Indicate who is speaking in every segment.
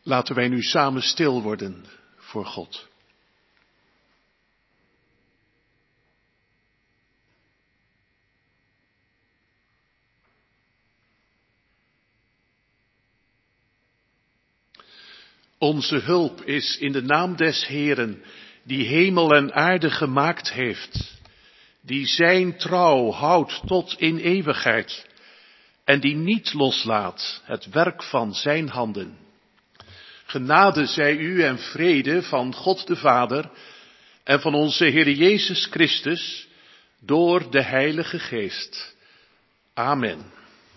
Speaker 1: Laten wij nu samen stil worden voor God. Onze hulp is in de naam des Heeren, die hemel en aarde gemaakt heeft, die zijn trouw houdt tot in eeuwigheid en die niet loslaat het werk van zijn handen. Genade zij u en vrede van God de Vader en van onze Heer Jezus Christus door de Heilige Geest. Amen.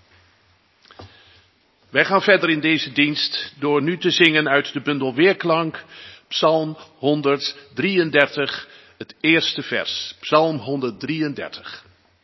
Speaker 1: Wij gaan verder in deze dienst door nu te zingen uit de bundel Weerklank, Psalm 133, het eerste vers. Psalm 133.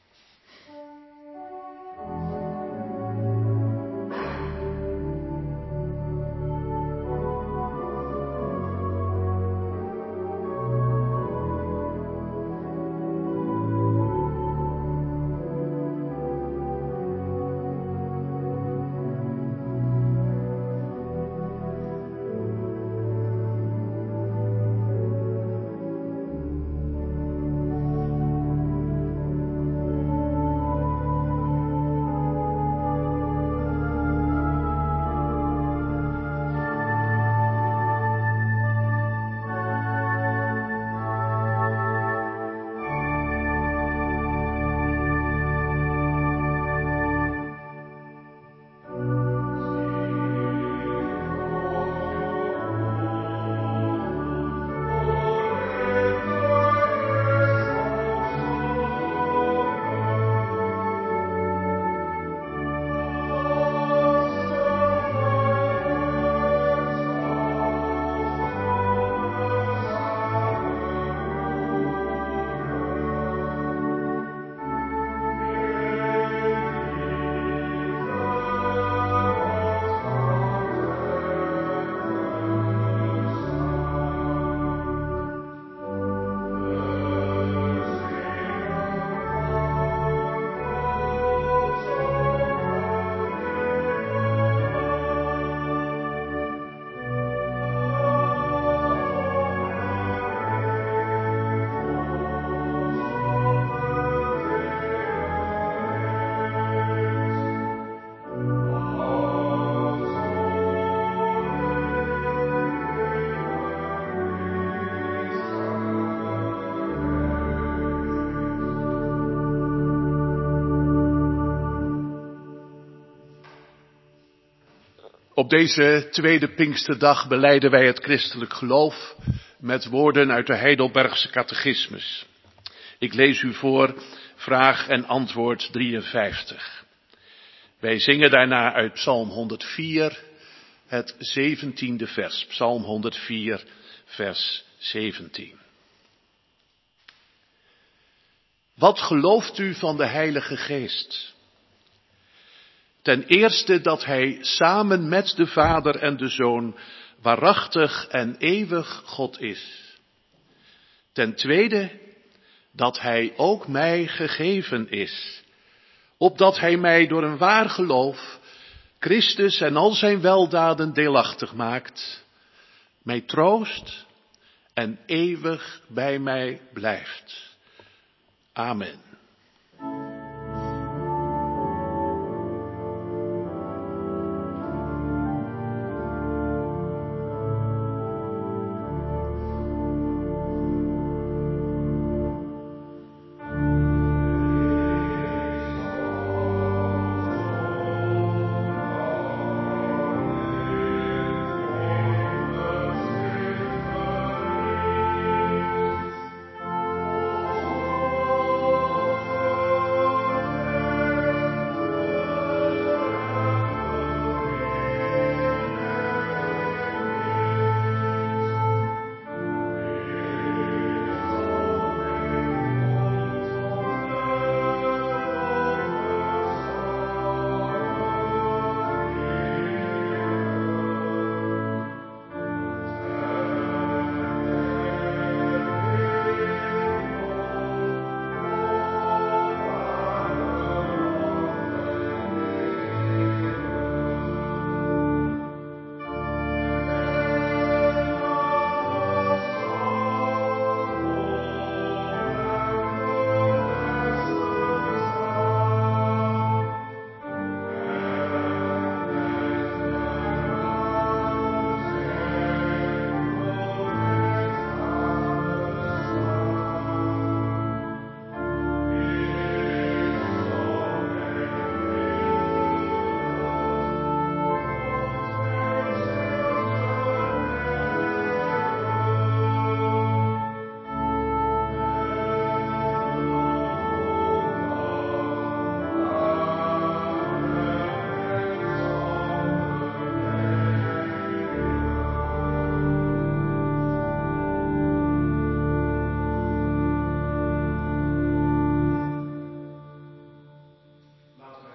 Speaker 1: Op deze tweede Pinksterdag belijden wij het christelijk geloof met woorden uit de Heidelbergse catechismus. Ik lees u voor vraag en antwoord 53. Wij zingen daarna uit Psalm 104, het 17e vers. Psalm 104, vers 17. Wat gelooft u van de Heilige Geest? Ten eerste dat hij samen met de Vader en de Zoon waarachtig en eeuwig God is. Ten tweede dat hij ook mij gegeven is, opdat hij mij door een waar geloof Christus en al zijn weldaden deelachtig maakt, mij troost en eeuwig bij mij blijft. Amen.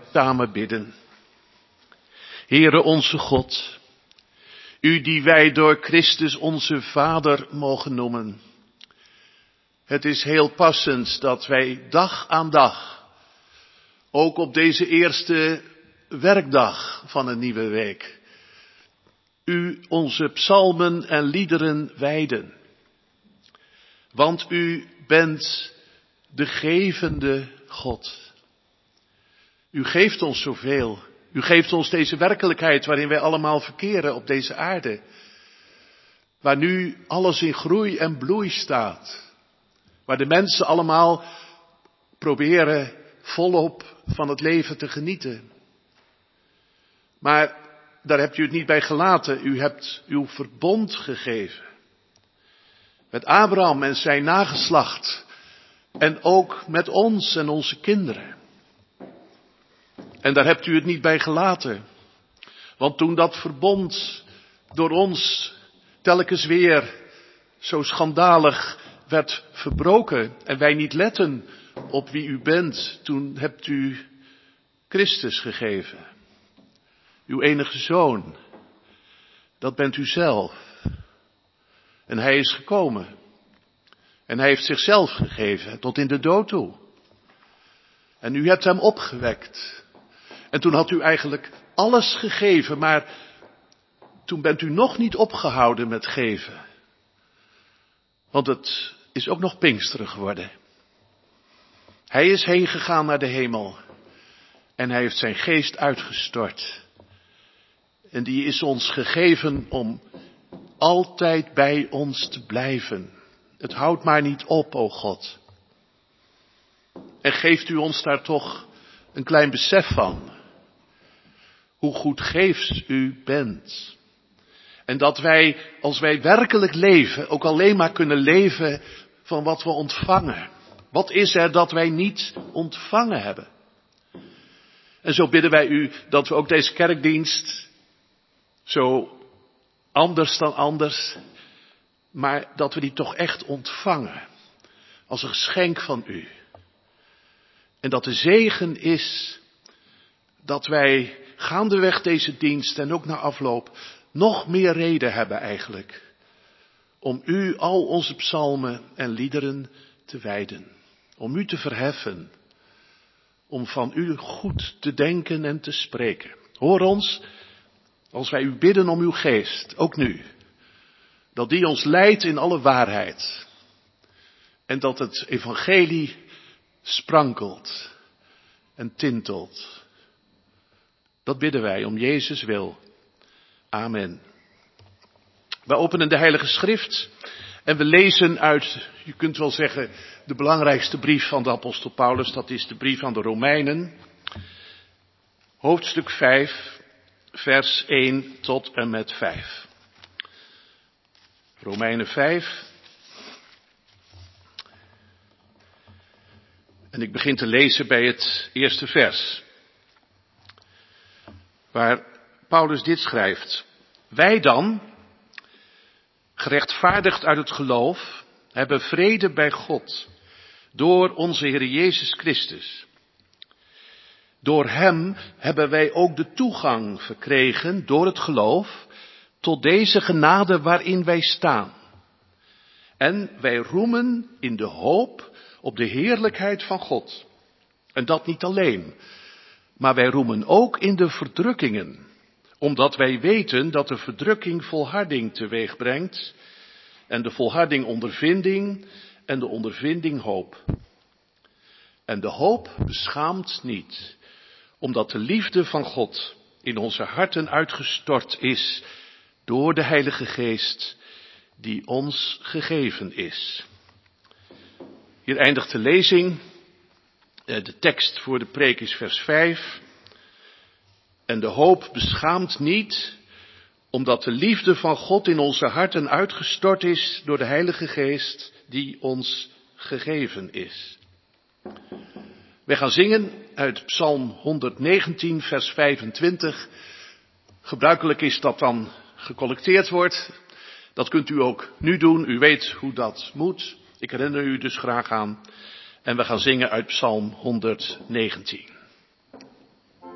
Speaker 1: samen bidden. Heere onze God, U die wij door Christus onze Vader mogen noemen. Het is heel passend dat wij dag aan dag, ook op deze eerste werkdag van een nieuwe week, U onze psalmen en liederen wijden. Want U bent de gevende God. U geeft ons zoveel. U geeft ons deze werkelijkheid waarin wij allemaal verkeren op deze aarde. Waar nu alles in groei en bloei staat. Waar de mensen allemaal proberen volop van het leven te genieten. Maar daar hebt u het niet bij gelaten. U hebt uw verbond gegeven. Met Abraham en zijn nageslacht. En ook met ons en onze kinderen. En daar hebt u het niet bij gelaten. Want toen dat verbond door ons telkens weer zo schandalig werd verbroken en wij niet letten op wie u bent, toen hebt u Christus gegeven. Uw enige zoon. Dat bent u zelf. En hij is gekomen. En hij heeft zichzelf gegeven tot in de dood toe. En u hebt hem opgewekt. En toen had u eigenlijk alles gegeven, maar toen bent u nog niet opgehouden met geven. Want het is ook nog Pinksteren geworden. Hij is heen gegaan naar de hemel. En hij heeft zijn geest uitgestort. En die is ons gegeven om altijd bij ons te blijven. Het houdt maar niet op, o God. En geeft u ons daar toch een klein besef van. Hoe goedgeefs u bent. En dat wij, als wij werkelijk leven, ook alleen maar kunnen leven van wat we ontvangen. Wat is er dat wij niet ontvangen hebben? En zo bidden wij u dat we ook deze kerkdienst, zo anders dan anders, maar dat we die toch echt ontvangen. Als een geschenk van u. En dat de zegen is dat wij gaandeweg deze dienst en ook na afloop nog meer reden hebben eigenlijk. Om u al onze psalmen en liederen te wijden. Om u te verheffen. Om van u goed te denken en te spreken. Hoor ons, als wij u bidden om uw geest, ook nu. Dat die ons leidt in alle waarheid. En dat het evangelie sprankelt en tintelt. Dat bidden wij om Jezus wil. Amen. We openen de Heilige Schrift en we lezen uit, je kunt wel zeggen, de belangrijkste brief van de apostel Paulus. Dat is de brief aan de Romeinen. Hoofdstuk 5, vers 1 tot en met 5. Romeinen 5. En ik begin te lezen bij het eerste vers. Waar Paulus dit schrijft. Wij dan, gerechtvaardigd uit het geloof, hebben vrede bij God. Door onze Heer Jezus Christus. Door hem hebben wij ook de toegang verkregen, door het geloof, tot deze genade waarin wij staan. En wij roemen in de hoop op de heerlijkheid van God. En dat niet alleen, maar wij roemen ook in de verdrukkingen, omdat wij weten dat de verdrukking volharding teweeg brengt, en de volharding ondervinding, en de ondervinding hoop. En de hoop beschaamt niet, omdat de liefde van God in onze harten uitgestort is door de Heilige Geest die ons gegeven is. Hier eindigt de lezing. De tekst voor de preek is vers 5. En de hoop beschaamt niet, omdat de liefde van God in onze harten uitgestort is door de Heilige Geest die ons gegeven is. Wij gaan zingen uit Psalm 119, vers 25. Gebruikelijk is dat dan gecollecteerd wordt. Dat kunt u ook nu doen. U weet hoe dat moet. Ik herinner u dus graag aan. En we gaan zingen uit Psalm 119.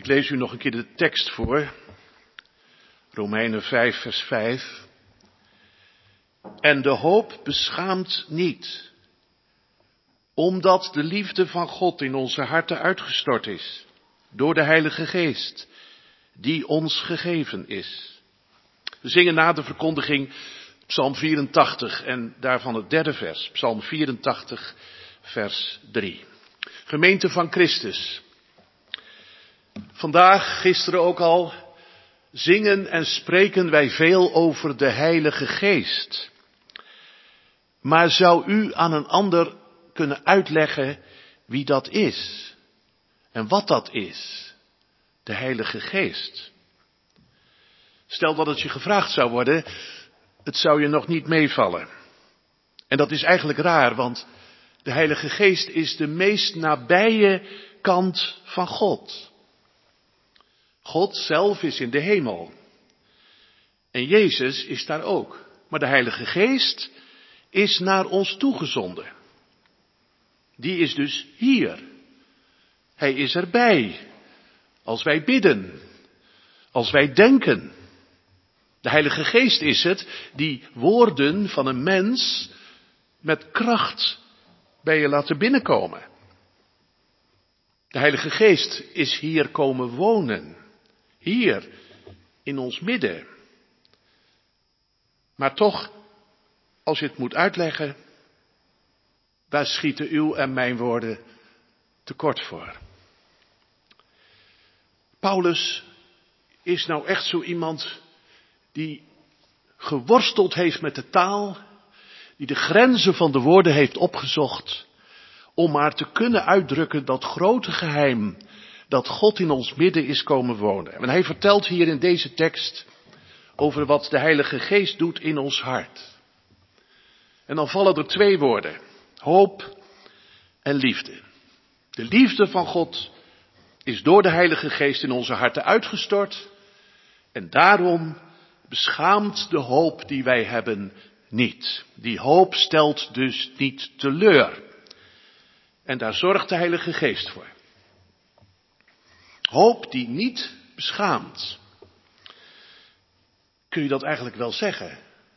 Speaker 1: Ik lees u nog een keer de tekst voor. Romeinen 5 vers 5. En de hoop beschaamt niet, omdat de liefde van God in onze harten uitgestort is, door de Heilige Geest, die ons gegeven is. We zingen na de verkondiging Psalm 84 en daarvan het derde vers, Psalm 84 vers 3. Gemeente van Christus. Vandaag, gisteren ook al, zingen en spreken wij veel over de Heilige Geest. Maar zou u aan een ander kunnen uitleggen wie dat is? En wat dat is? De Heilige Geest. Stel dat het je gevraagd zou worden, het zou je nog niet meevallen. En dat is eigenlijk raar, want de Heilige Geest is de meest nabije kant van God. God zelf is in de hemel. En Jezus is daar ook. Maar de Heilige Geest is naar ons toegezonden. Die is dus hier. Hij is erbij. Als wij bidden. Als wij denken. De Heilige Geest is het die woorden van een mens met kracht bij je laten binnenkomen. De Heilige Geest is hier komen wonen. Hier, in ons midden. Maar toch, als je het moet uitleggen, daar schieten uw en mijn woorden tekort voor. Paulus is nou echt zo iemand die geworsteld heeft met de taal, die de grenzen van de woorden heeft opgezocht, om maar te kunnen uitdrukken dat grote geheim, dat God in ons midden is komen wonen. En hij vertelt hier in deze tekst over wat de Heilige Geest doet in ons hart. En dan vallen er twee woorden, hoop en liefde. De liefde van God is door de Heilige Geest in onze harten uitgestort en daarom beschaamt de hoop die wij hebben niet. Die hoop stelt dus niet teleur. En daar zorgt de Heilige Geest voor. Hoop die niet beschaamt. Kun je dat eigenlijk wel zeggen?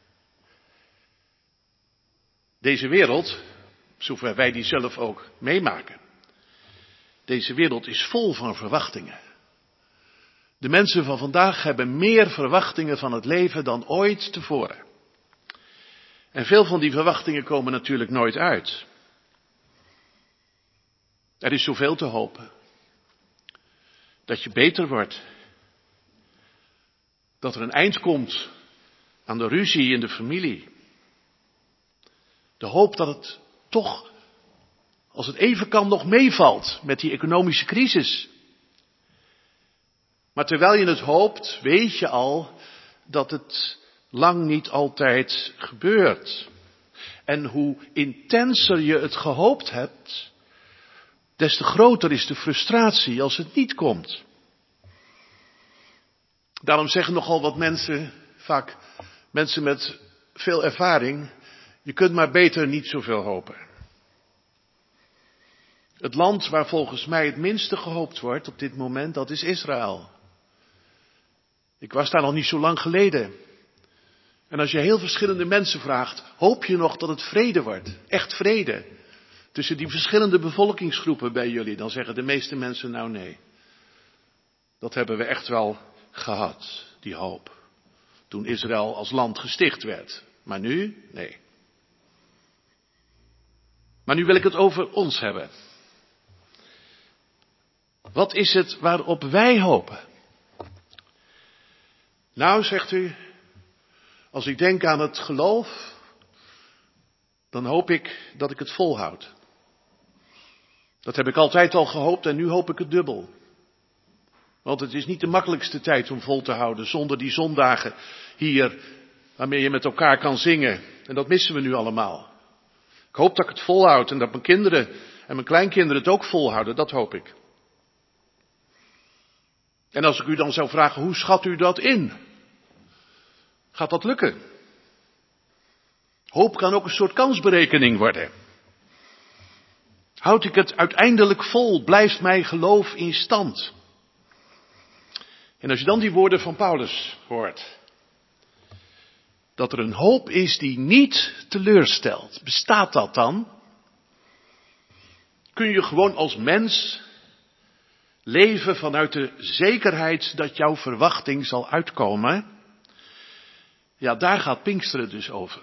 Speaker 1: Deze wereld, zover wij die zelf ook meemaken. Deze wereld is vol van verwachtingen. De mensen van vandaag hebben meer verwachtingen van het leven dan ooit tevoren. En veel van die verwachtingen komen natuurlijk nooit uit. Er is zoveel te hopen. Dat je beter wordt. Dat er een eind komt aan de ruzie in de familie. De hoop dat het toch, als het even kan, nog meevalt met die economische crisis. Maar terwijl je het hoopt, weet je al dat het lang niet altijd gebeurt. En hoe intenser je het gehoopt hebt, des te groter is de frustratie als het niet komt. Daarom zeggen nogal wat mensen, vaak mensen met veel ervaring, je kunt maar beter niet zoveel hopen. Het land waar volgens mij het minste gehoopt wordt op dit moment, dat is Israël. Ik was daar nog niet zo lang geleden. En als je heel verschillende mensen vraagt, hoop je nog dat het vrede wordt? Echt vrede? Tussen die verschillende bevolkingsgroepen bij jullie, dan zeggen de meeste mensen nou nee. Dat hebben we echt wel gehad, die hoop. Toen Israël als land gesticht werd. Maar nu? Nee. Maar nu wil ik het over ons hebben. Wat is het waarop wij hopen? Nou, zegt u, als ik denk aan het geloof, dan hoop ik dat ik het volhoud. Dat heb ik altijd al gehoopt en nu hoop ik het dubbel. Want het is niet de makkelijkste tijd om vol te houden zonder die zondagen hier waarmee je met elkaar kan zingen. En dat missen we nu allemaal. Ik hoop dat ik het volhoud en dat mijn kinderen en mijn kleinkinderen het ook volhouden, dat hoop ik. En als ik u dan zou vragen, hoe schat u dat in? Gaat dat lukken? Hoop kan ook een soort kansberekening worden. Houd ik het uiteindelijk vol? Blijft mijn geloof in stand? En als je dan die woorden van Paulus hoort, dat er een hoop is die niet teleurstelt, bestaat dat dan? Kun je gewoon als mens leven vanuit de zekerheid dat jouw verwachting zal uitkomen? Ja, daar gaat Pinksteren dus over.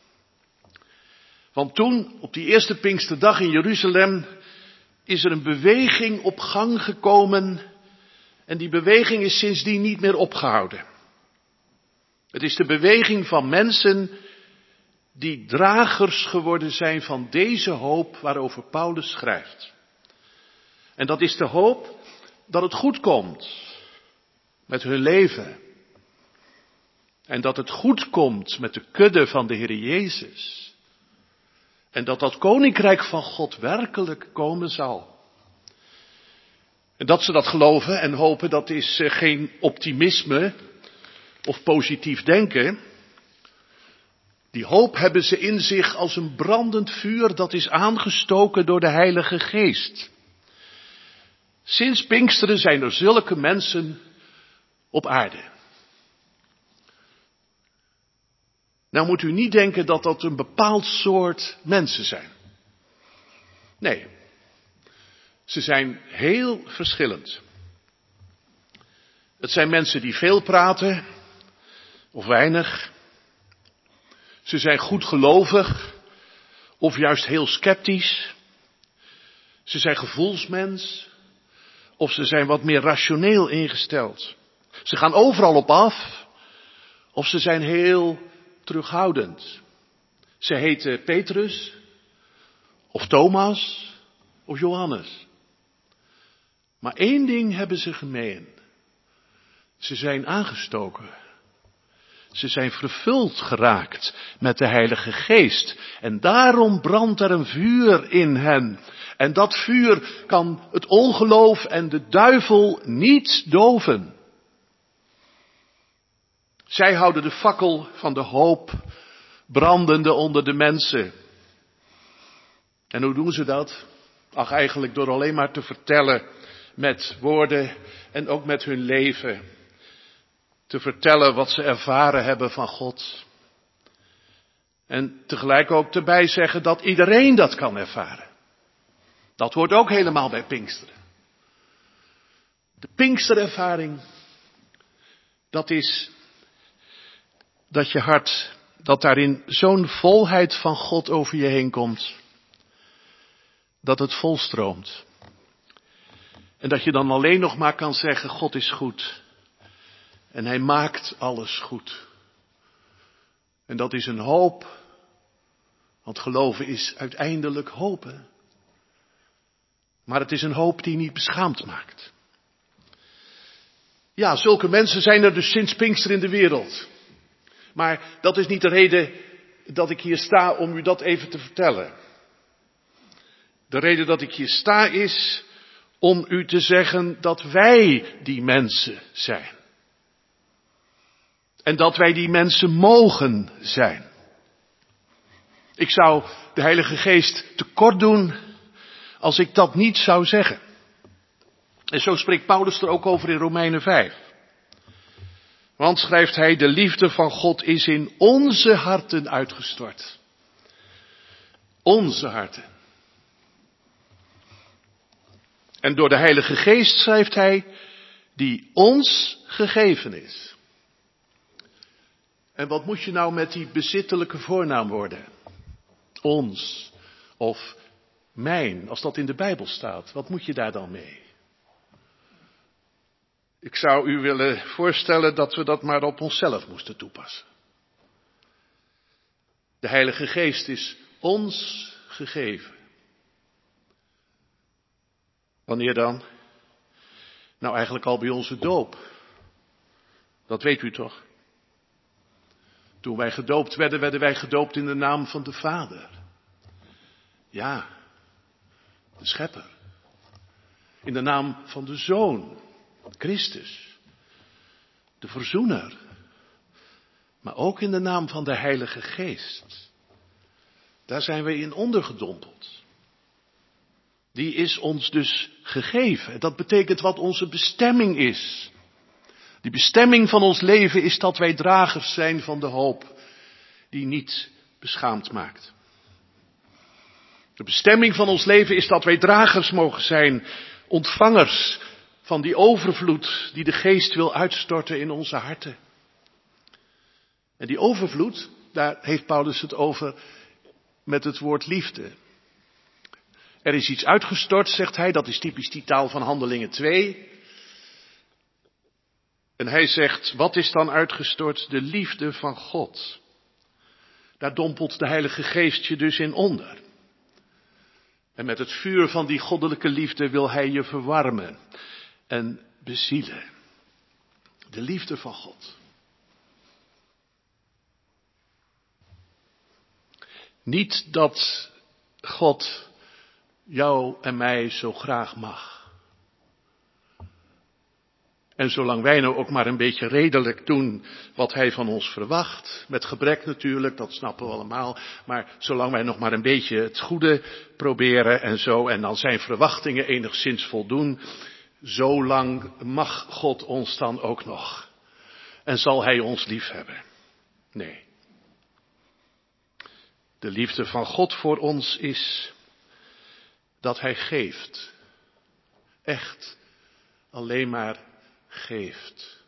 Speaker 1: Want toen, op die eerste Pinksterdag in Jeruzalem, is er een beweging op gang gekomen en die beweging is sindsdien niet meer opgehouden. Het is de beweging van mensen die dragers geworden zijn van deze hoop waarover Paulus schrijft. En dat is de hoop dat het goed komt met hun leven. En dat het goed komt met de kudde van de Heer Jezus. En dat dat koninkrijk van God werkelijk komen zal. En dat ze dat geloven en hopen, dat is geen optimisme of positief denken. Die hoop hebben ze in zich als een brandend vuur dat is aangestoken door de Heilige Geest. Sinds Pinksteren zijn er zulke mensen op aarde. Nou moet u niet denken dat dat een bepaald soort mensen zijn. Nee, ze zijn heel verschillend. Het zijn mensen die veel praten of weinig. Ze zijn goedgelovig of juist heel sceptisch. Ze zijn gevoelsmens of ze zijn wat meer rationeel ingesteld. Ze gaan overal op af of ze zijn heel terughoudend. Ze heten Petrus of Thomas of Johannes. Maar één ding hebben ze gemeen. Ze zijn aangestoken. Ze zijn vervuld geraakt met de Heilige Geest. En daarom brandt er een vuur in hen. En dat vuur kan het ongeloof en de duivel niet doven. Zij houden de fakkel van de hoop brandende onder de mensen. En hoe doen ze dat? Ach, eigenlijk door alleen maar te vertellen met woorden en ook met hun leven. Te vertellen wat ze ervaren hebben van God. En tegelijk ook erbij zeggen dat iedereen dat kan ervaren. Dat hoort ook helemaal bij Pinksteren. De Pinksterervaring, dat is dat je hart, dat daarin zo'n volheid van God over je heen komt. Dat het volstroomt. En dat je dan alleen nog maar kan zeggen, God is goed. En hij maakt alles goed. En dat is een hoop. Want geloven is uiteindelijk hopen. Maar het is een hoop die niet beschaamd maakt. Ja, zulke mensen zijn er dus sinds Pinkster in de wereld. Maar dat is niet de reden dat ik hier sta om u dat even te vertellen. De reden dat ik hier sta is om u te zeggen dat wij die mensen zijn. En dat wij die mensen mogen zijn. Ik zou de Heilige Geest tekort doen als ik dat niet zou zeggen. En zo spreekt Paulus er ook over in Romeinen 5. Want, schrijft hij, de liefde van God is in onze harten uitgestort. Onze harten. En door de Heilige Geest, schrijft hij, die ons gegeven is. En wat moet je nou met die bezittelijke voornaamwoorden? Ons of mijn, als dat in de Bijbel staat. Wat moet je daar dan mee? Ik zou u willen voorstellen dat we dat maar op onszelf moesten toepassen. De Heilige Geest is ons gegeven. Wanneer dan? Nou, eigenlijk al bij onze doop. Dat weet u toch? Toen wij gedoopt werden, werden wij gedoopt in de naam van de Vader. Ja, de Schepper. In de naam van de Zoon, Christus. De Verzoener. Maar ook in de naam van de Heilige Geest. Daar zijn wij in ondergedompeld. Die is ons dus gegeven. Dat betekent wat onze bestemming is. Die bestemming van ons leven is dat wij dragers zijn van de hoop die niet beschaamd maakt. De bestemming van ons leven is dat wij dragers mogen zijn, ontvangers van die overvloed die de Geest wil uitstorten in onze harten. En die overvloed, daar heeft Paulus het over met het woord liefde. Er is iets uitgestort, zegt hij, dat is typisch die taal van Handelingen 2. En hij zegt, wat is dan uitgestort? De liefde van God. Daar dompelt de Heilige Geest je dus in onder. En met het vuur van die goddelijke liefde wil hij je verwarmen en bezielen. De liefde van God. Niet dat God jou en mij zo graag mag. En zolang wij nou ook maar een beetje redelijk doen wat hij van ons verwacht, met gebrek natuurlijk, dat snappen we allemaal, maar zolang wij nog maar een beetje het goede proberen en zo, en dan zijn verwachtingen enigszins voldoen, zolang mag God ons dan ook nog. En zal hij ons lief hebben? Nee. De liefde van God voor ons is dat hij geeft. Echt alleen maar geeft.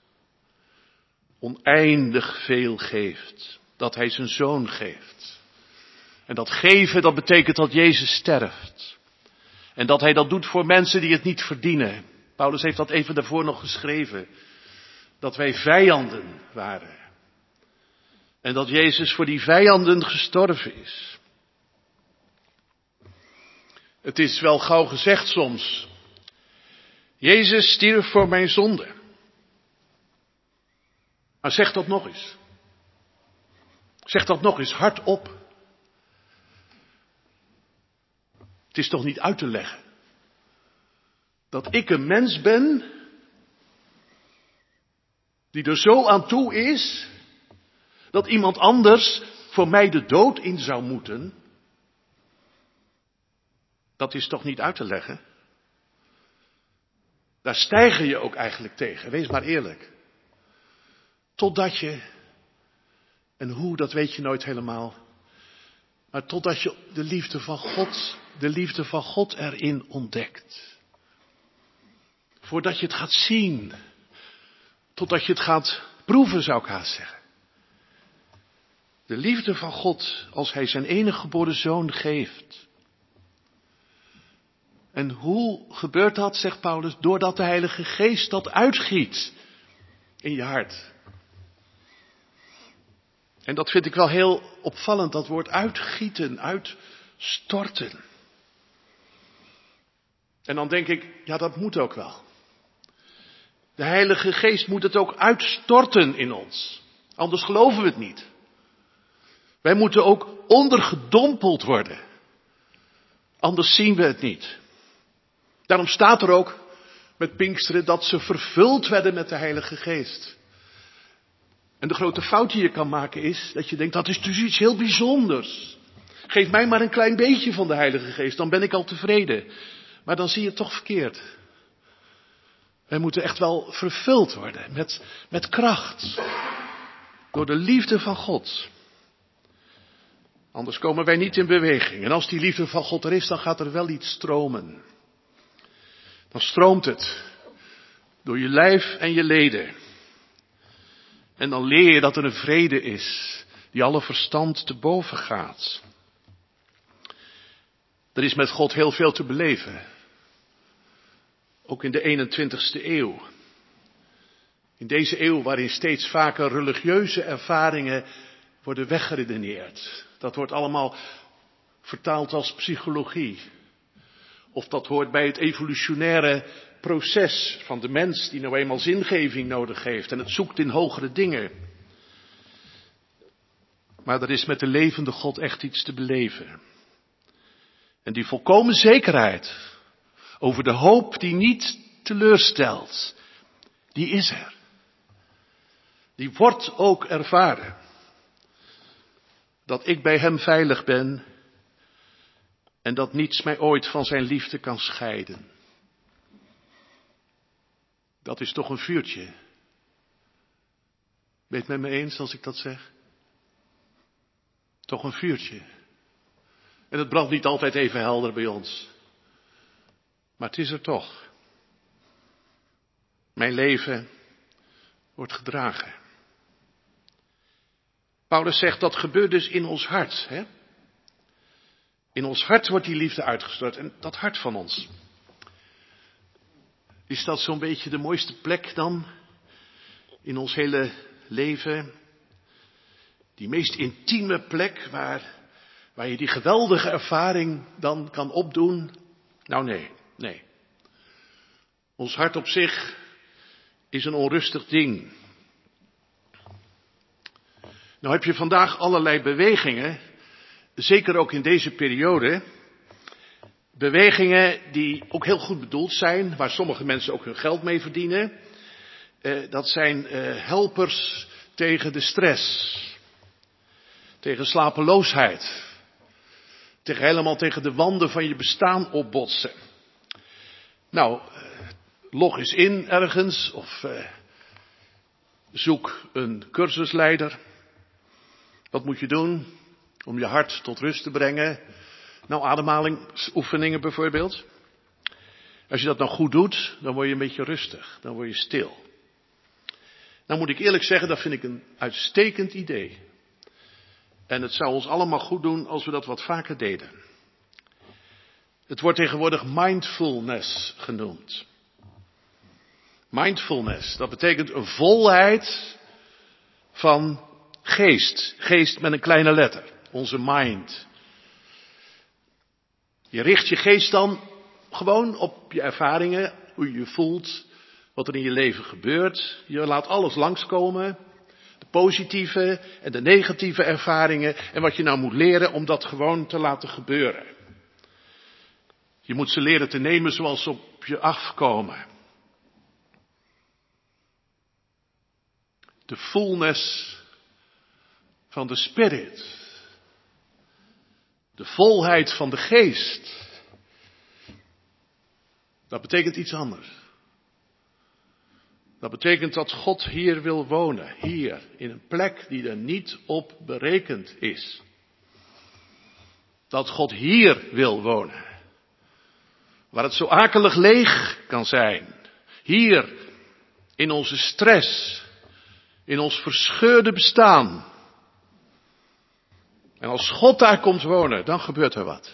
Speaker 1: Oneindig veel geeft. Dat hij zijn zoon geeft. En dat geven, dat betekent dat Jezus sterft. En dat hij dat doet voor mensen die het niet verdienen. Paulus heeft dat even daarvoor nog geschreven. Dat wij vijanden waren. En dat Jezus voor die vijanden gestorven is. Het is wel gauw gezegd soms. Jezus stierf voor mijn zonde. Maar zeg dat nog eens. Zeg dat nog eens hardop. Het is toch niet uit te leggen. Dat ik een mens ben. Die er zo aan toe is. Dat iemand anders voor mij de dood in zou moeten. Dat is toch niet uit te leggen. Daar stijger je ook eigenlijk tegen. Wees maar eerlijk. Totdat je, en hoe, dat weet je nooit helemaal. Maar totdat je de liefde van God erin ontdekt. Voordat je het gaat zien. Totdat je het gaat proeven, zou ik haast zeggen. De liefde van God als hij zijn enige geboren zoon geeft. En hoe gebeurt dat, zegt Paulus? Doordat de Heilige Geest dat uitgiet in je hart. En dat vind ik wel heel opvallend, dat woord uitgieten, uitstorten. En dan denk ik, ja, dat moet ook wel. De Heilige Geest moet het ook uitstorten in ons. Anders geloven we het niet. Wij moeten ook ondergedompeld worden. Anders zien we het niet. Daarom staat er ook met Pinksteren dat ze vervuld werden met de Heilige Geest. En de grote fout die je kan maken is dat je denkt, dat is dus iets heel bijzonders. Geef mij maar een klein beetje van de Heilige Geest, dan ben ik al tevreden. Maar dan zie je het toch verkeerd. Wij moeten echt wel vervuld worden met kracht. Door de liefde van God. Anders komen wij niet in beweging. En als die liefde van God er is, dan gaat er wel iets stromen. Dan stroomt het door je lijf en je leden. En dan leer je dat er een vrede is die alle verstand te boven gaat. Er is met God heel veel te beleven. Ook in de 21ste eeuw. In deze eeuw waarin steeds vaker religieuze ervaringen worden weggeredeneerd. Dat wordt allemaal vertaald als psychologie. Of dat hoort bij het evolutionaire proces van de mens die nou eenmaal zingeving nodig heeft en het zoekt in hogere dingen. Maar er is met de levende God echt iets te beleven. En die volkomen zekerheid over de hoop die niet teleurstelt, die is er. Die wordt ook ervaren. Dat ik bij hem veilig ben en dat niets mij ooit van zijn liefde kan scheiden. Dat is toch een vuurtje Ben je het met me eens als ik dat zeg? Toch een vuurtje. En het brandt niet altijd even helder bij ons. Maar het is er toch. Mijn leven wordt gedragen. Paulus zegt dat gebeurt dus in ons hart. Hè? In ons hart wordt die liefde uitgestort. En dat hart van ons. Is dat zo'n beetje de mooiste plek dan? In ons hele leven. Die meest intieme plek waar je die geweldige ervaring dan kan opdoen. Nou nee. Ons hart op zich is een onrustig ding. Nou heb je vandaag allerlei bewegingen, zeker ook in deze periode. Bewegingen die ook heel goed bedoeld zijn, waar sommige mensen ook hun geld mee verdienen. Dat zijn helpers tegen de stress, tegen slapeloosheid, helemaal tegen de wanden van je bestaan opbotsen. Nou, log eens in ergens of zoek een cursusleider. Wat moet je doen om je hart tot rust te brengen? Nou, ademhalingsoefeningen bijvoorbeeld. Als je dat nou goed doet, dan word je een beetje rustig. Dan word je stil. Nou moet ik eerlijk zeggen, dat vind ik een uitstekend idee. En het zou ons allemaal goed doen als we dat wat vaker deden. Het wordt tegenwoordig mindfulness genoemd. Mindfulness, dat betekent een volheid van geest. Geest met een kleine letter. Onze mind. Je richt je geest dan gewoon op je ervaringen, hoe je je voelt, wat er in je leven gebeurt. Je laat alles langskomen. De positieve en de negatieve ervaringen. En wat je nou moet leren om dat gewoon te laten gebeuren. Je moet ze leren te nemen zoals ze op je afkomen. De fullness van de spirit. De volheid van de geest. Dat betekent iets anders. Dat betekent dat God hier wil wonen. Hier, in een plek die er niet op berekend is. Dat God hier wil wonen. Waar het zo akelig leeg kan zijn. Hier, in onze stress. In ons verscheurde bestaan. En als God daar komt wonen, dan gebeurt er wat.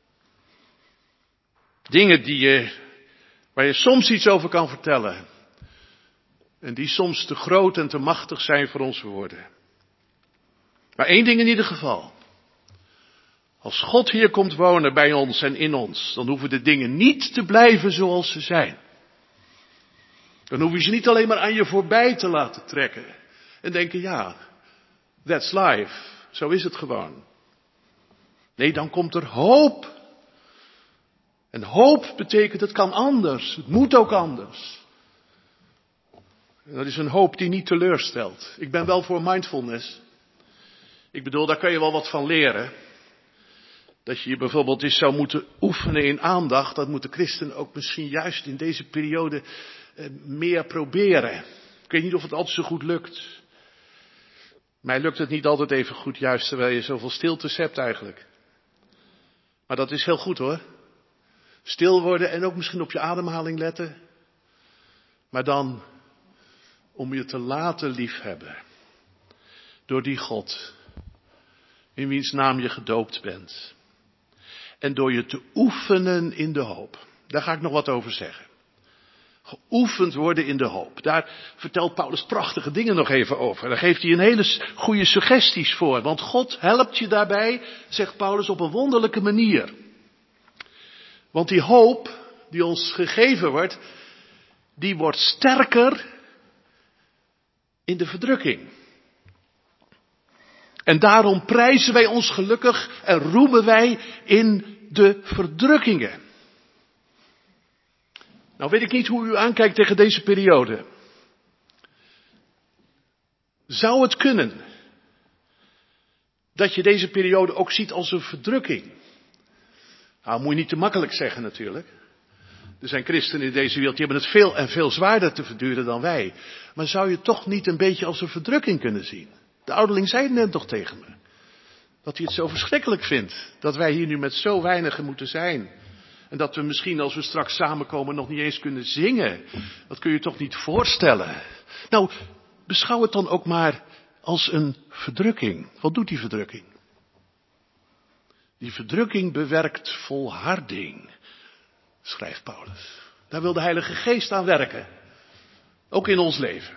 Speaker 1: Dingen waar je soms iets over kan vertellen. En die soms te groot en te machtig zijn voor onze woorden. Maar één ding in ieder geval. Als God hier komt wonen bij ons en in ons, dan hoeven de dingen niet te blijven zoals ze zijn. Dan hoef je ze niet alleen maar aan je voorbij te laten trekken. En denken, ja, that's life. Zo is het gewoon. Nee, dan komt er hoop. En hoop betekent het kan anders. Het moet ook anders. En dat is een hoop die niet teleurstelt. Ik ben wel voor mindfulness. Ik bedoel, daar kan je wel wat van leren. Dat je bijvoorbeeld eens zou moeten oefenen in aandacht. Dat moeten christenen ook misschien juist in deze periode meer proberen. Ik weet niet of het altijd zo goed lukt. Mij lukt het niet altijd even goed, juist terwijl je zoveel stiltes hebt eigenlijk. Maar dat is heel goed hoor. Stil worden en ook misschien op je ademhaling letten. Maar dan om je te laten liefhebben. Door die God. In wiens naam je gedoopt bent. En door je te oefenen in de hoop. Daar ga ik nog wat over zeggen. Geoefend worden in de hoop. Daar vertelt Paulus prachtige dingen nog even over. Daar geeft hij een hele goede suggesties voor. Want God helpt je daarbij, zegt Paulus, op een wonderlijke manier. Want die hoop die ons gegeven wordt, die wordt sterker in de verdrukking. En daarom prijzen wij ons gelukkig en roemen wij in de verdrukkingen. Nou weet ik niet hoe u aankijkt tegen deze periode. Zou het kunnen dat je deze periode ook ziet als een verdrukking? Nou, moet je niet te makkelijk zeggen natuurlijk. Er zijn christenen in deze wereld, die hebben het veel en veel zwaarder te verduren dan wij. Maar zou je toch niet een beetje als een verdrukking kunnen zien? De ouderling zei net nog tegen me. Dat hij het zo verschrikkelijk vindt. Dat wij hier nu met zo weinigen moeten zijn. En dat we misschien als we straks samenkomen nog niet eens kunnen zingen. Dat kun je toch niet voorstellen. Nou, beschouw het dan ook maar als een verdrukking. Wat doet die verdrukking? Die verdrukking bewerkt volharding, schrijft Paulus. Daar wil de Heilige Geest aan werken. Ook in ons leven.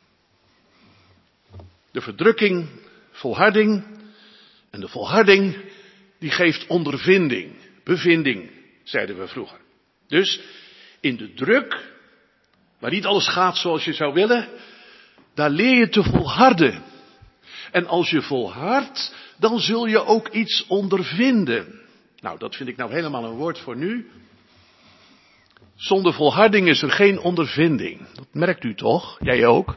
Speaker 1: De verdrukking, volharding. En de volharding, die geeft ondervinding, bevinding, zeiden we vroeger. Dus in de druk, waar niet alles gaat zoals je zou willen, daar leer je te volharden. En als je volhardt, dan zul je ook iets ondervinden. Nou, dat vind ik nou helemaal een woord voor nu. Zonder volharding is er geen ondervinding. Dat merkt u toch? Jij ook?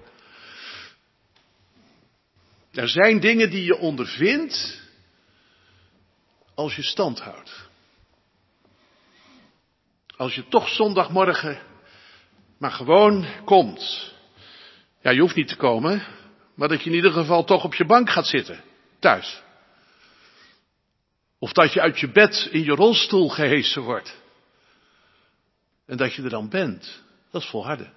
Speaker 1: Er zijn dingen die je ondervindt als je stand houdt. Als je toch zondagmorgen maar gewoon komt. Ja, je hoeft niet te komen, maar dat je in ieder geval toch op je bank gaat zitten, thuis. Of dat je uit je bed in je rolstoel gehesen wordt. En dat je er dan bent, dat is volharden.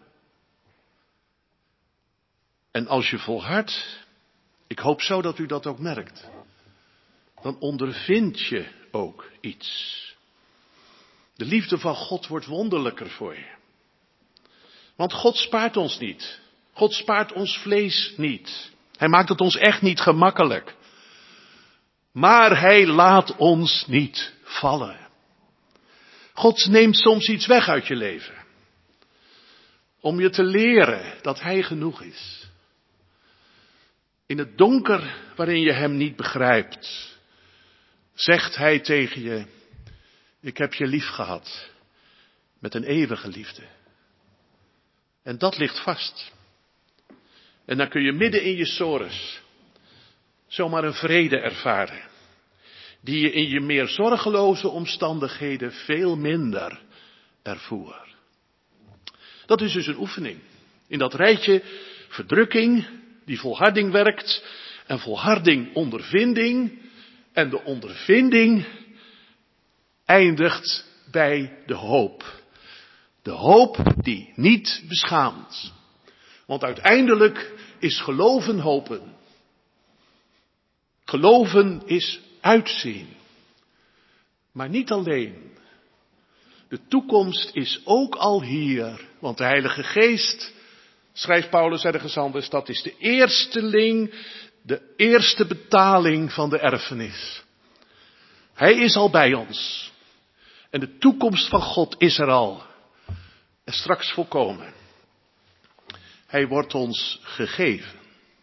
Speaker 1: En als je volhardt, ik hoop zo dat u dat ook merkt, dan ondervind je ook iets. De liefde van God wordt wonderlijker voor je. Want God spaart ons niet. God spaart ons vlees niet. Hij maakt het ons echt niet gemakkelijk. Maar hij laat ons niet vallen. God neemt soms iets weg uit je leven. Om je te leren dat hij genoeg is. In het donker waarin je hem niet begrijpt, zegt hij tegen je: ik heb je lief gehad met een eeuwige liefde. En dat ligt vast. En dan kun je midden in je sores zomaar een vrede ervaren, die je in je meer zorgeloze omstandigheden veel minder ervoer. Dat is dus een oefening. In dat rijtje verdrukking, die volharding werkt, en volharding ondervinding, en de ondervinding eindigt bij de hoop. De hoop die niet beschaamt. Want uiteindelijk is geloven hopen. Geloven is uitzien. Maar niet alleen. De toekomst is ook al hier. Want de Heilige Geest, schrijft Paulus aan de gezanten, dat is de eersteling, de eerste betaling van de erfenis. Hij is al bij ons. En de toekomst van God is er al. En straks volkomen. Hij wordt ons gegeven.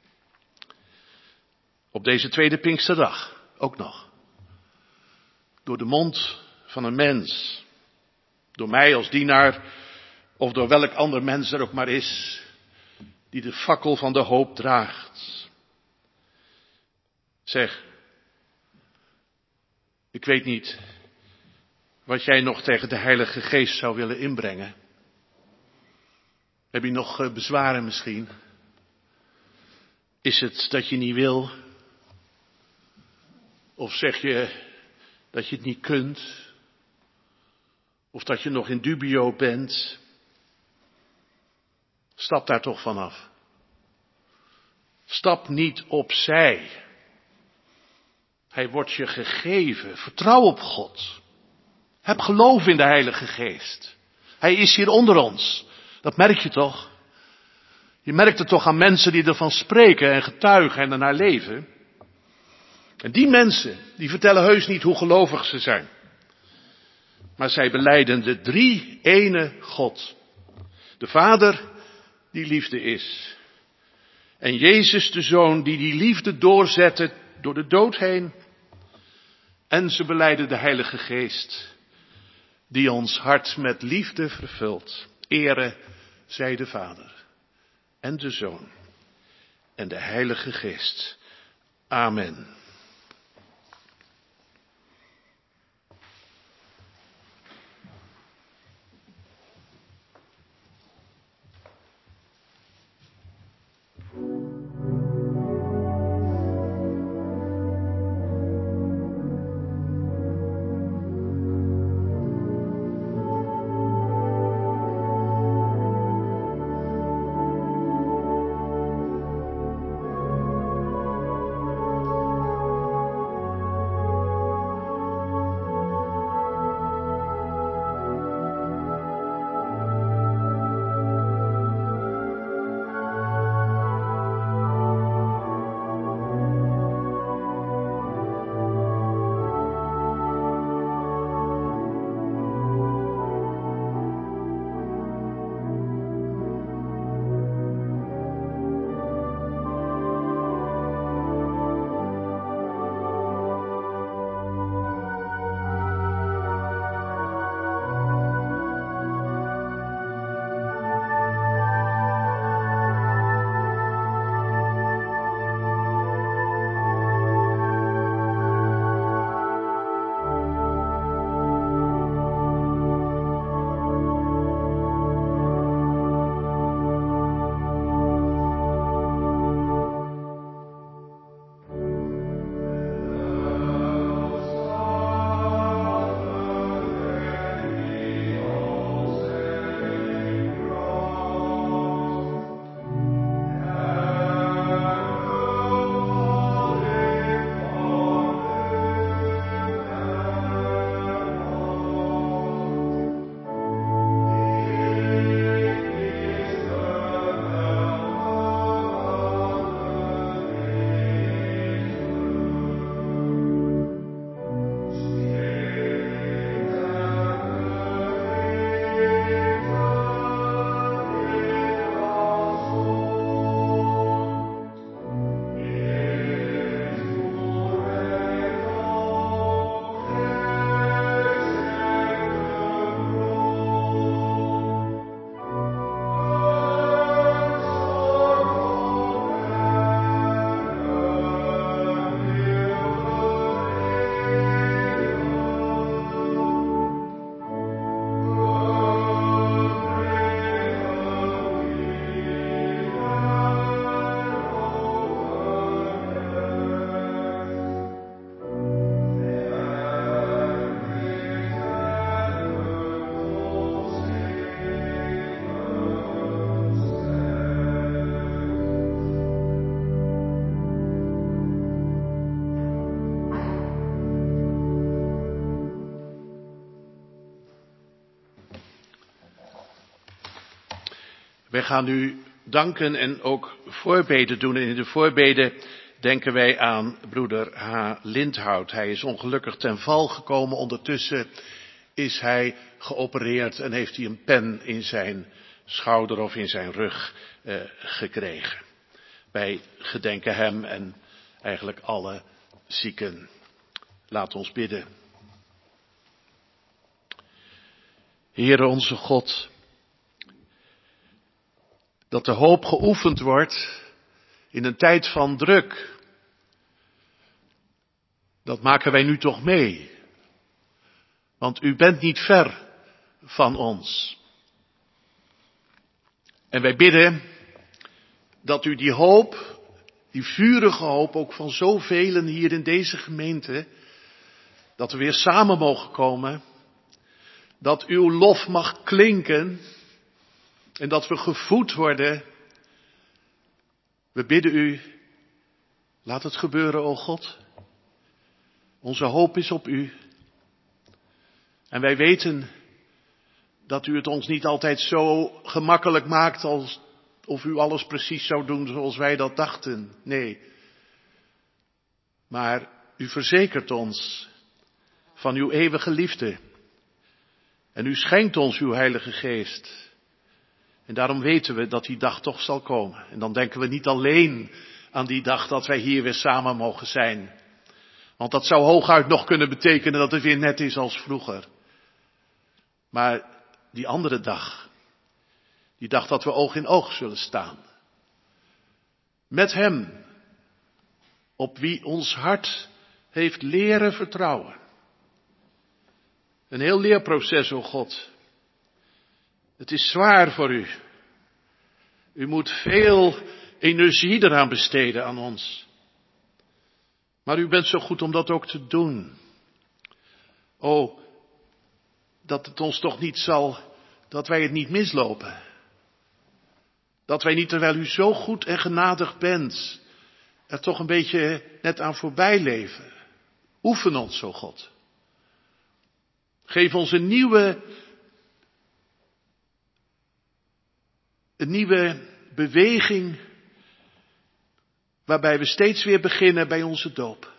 Speaker 1: Op deze tweede Pinksterdag ook nog. Door de mond van een mens. Door mij als dienaar. Of door welk ander mens er ook maar is. Die de fakkel van de hoop draagt. Zeg. Ik weet niet wat jij nog tegen de Heilige Geest zou willen inbrengen. Heb je nog bezwaren misschien? Is het dat je niet wil? Of zeg je dat je het niet kunt? Of dat je nog in dubio bent? Stap daar toch vanaf. Stap niet opzij. Hij wordt je gegeven. Vertrouw op God. Heb geloof in de Heilige Geest. Hij is hier onder ons. Dat merk je toch? Je merkt het toch aan mensen die ervan spreken en getuigen en ernaar leven. En die mensen, die vertellen heus niet hoe gelovig ze zijn. Maar zij belijden de drie ene God. De Vader die liefde is. En Jezus de Zoon die liefde doorzette door de dood heen. En ze belijden de Heilige Geest die ons hart met liefde vervult. Ere zij de Vader en de Zoon en de Heilige Geest. Amen. Wij gaan u danken en ook voorbeden doen. En in de voorbeden denken wij aan broeder H. Lindhout. Hij is ongelukkig ten val gekomen. Ondertussen is hij geopereerd en heeft hij een pen in zijn schouder of in zijn rug gekregen. Wij gedenken hem en eigenlijk alle zieken. Laat ons bidden. Heere onze God, dat de hoop geoefend wordt in een tijd van druk, dat maken wij nu toch mee. Want u bent niet ver van ons. En wij bidden dat u die hoop, die vurige hoop ook van zoveel hier in deze gemeente, dat we weer samen mogen komen, dat uw lof mag klinken en dat we gevoed worden. We bidden u, laat het gebeuren, o God. Onze hoop is op u. En wij weten dat u het ons niet altijd zo gemakkelijk maakt als of u alles precies zou doen zoals wij dat dachten. Nee. Maar u verzekert ons van uw eeuwige liefde. En u schenkt ons uw Heilige Geest. En daarom weten we dat die dag toch zal komen. En dan denken we niet alleen aan die dag dat wij hier weer samen mogen zijn. Want dat zou hooguit nog kunnen betekenen dat het weer net is als vroeger. Maar die andere dag, die dag dat we oog in oog zullen staan. Met hem, op wie ons hart heeft leren vertrouwen. Een heel leerproces, o God. Het is zwaar voor u. U moet veel energie eraan besteden aan ons. Maar u bent zo goed om dat ook te doen. O, dat het ons toch niet zal, dat wij het niet mislopen. Dat wij niet, terwijl u zo goed en genadig bent, er toch een beetje net aan voorbij leven. Oefen ons, o God. Geef ons een nieuwe beweging, waarbij we steeds weer beginnen bij onze doop.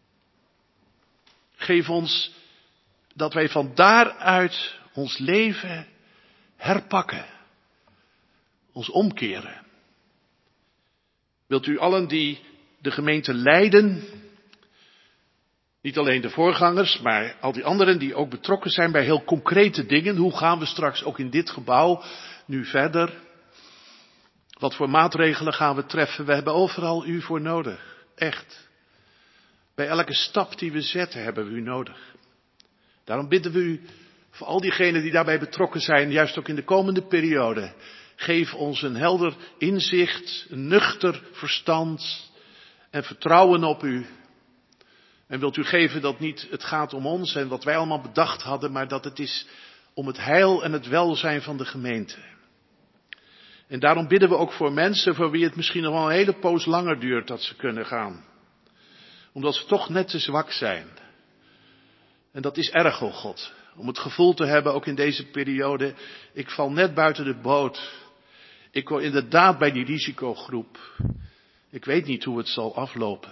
Speaker 1: Geef ons dat wij van daaruit ons leven herpakken, ons omkeren. Wilt u allen die de gemeente leiden, niet alleen de voorgangers, maar al die anderen die ook betrokken zijn bij heel concrete dingen. Hoe gaan we straks ook in dit gebouw nu verder? Wat voor maatregelen gaan we treffen? We hebben overal u voor nodig. Echt. Bij elke stap die we zetten hebben we u nodig. Daarom bidden we u voor al diegenen die daarbij betrokken zijn, juist ook in de komende periode. Geef ons een helder inzicht, een nuchter verstand en vertrouwen op u. En wilt u geven dat niet het gaat om ons en wat wij allemaal bedacht hadden, maar dat het is om het heil en het welzijn van de gemeente. En daarom bidden we ook voor mensen voor wie het misschien nog wel een hele poos langer duurt dat ze kunnen gaan. Omdat ze toch net te zwak zijn. En dat is erg, o God. Om het gevoel te hebben, ook in deze periode, ik val net buiten de boot. Ik hoor inderdaad bij die risicogroep. Ik weet niet hoe het zal aflopen.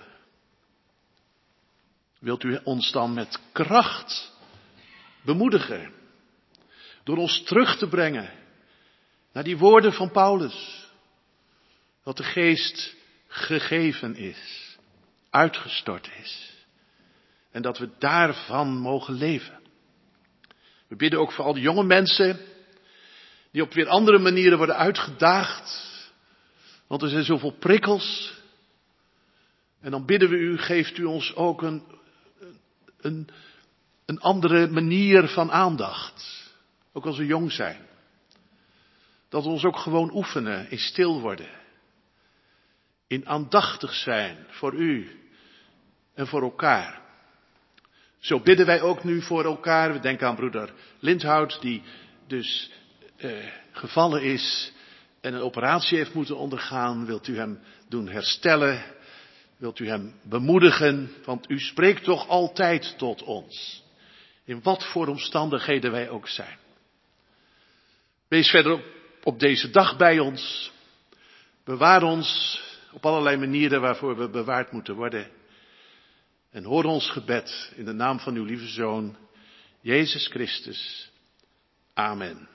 Speaker 1: Wilt u ons dan met kracht bemoedigen? Door ons terug te brengen naar die woorden van Paulus. Dat de geest gegeven is, uitgestort is. En dat we daarvan mogen leven. We bidden ook voor al die jonge mensen die op weer andere manieren worden uitgedaagd. Want er zijn zoveel prikkels. En dan bidden we u, geeft u ons ook een andere manier van aandacht. Ook als we jong zijn. Dat we ons ook gewoon oefenen in stil worden. In aandachtig zijn voor u en voor elkaar. Zo bidden wij ook nu voor elkaar. We denken aan broeder Lindhout die dus gevallen is en een operatie heeft moeten ondergaan. Wilt u hem doen herstellen? Wilt u hem bemoedigen? Want u spreekt toch altijd tot ons. In wat voor omstandigheden wij ook zijn. Wees verder op deze dag bij ons. Bewaar ons op allerlei manieren waarvoor we bewaard moeten worden. En hoor ons gebed in de naam van uw lieve Zoon, Jezus Christus. Amen.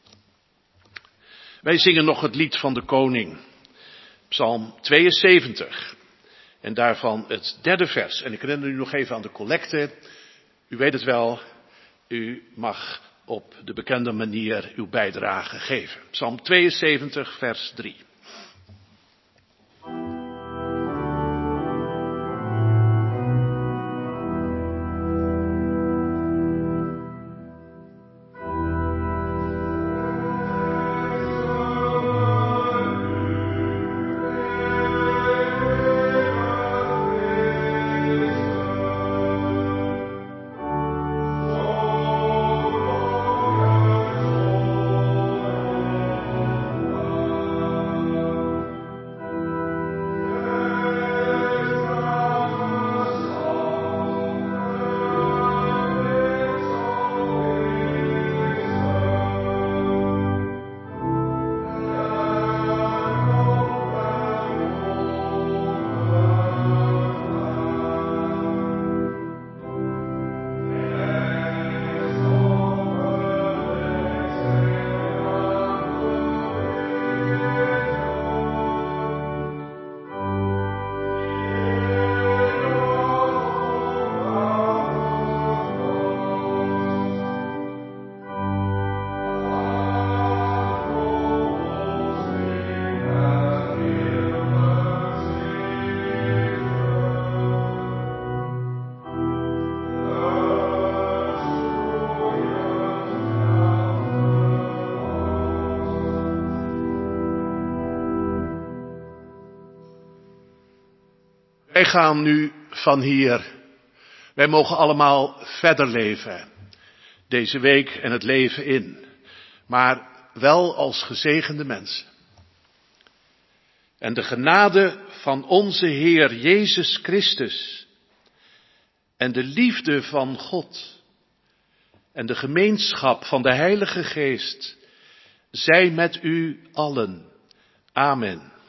Speaker 1: Wij zingen nog het lied van de koning. Psalm 72. En daarvan het 3e vers. En ik herinner u nog even aan de collecte. U weet het wel, u mag op de bekende manier uw bijdrage geven. Psalm 72, vers 3. Wij gaan nu van hier. Wij mogen allemaal verder leven. Deze week en het leven in. Maar wel als gezegende mensen. En de genade van onze Heer Jezus Christus. En de liefde van God. En de gemeenschap van de Heilige Geest. Zij met u allen. Amen.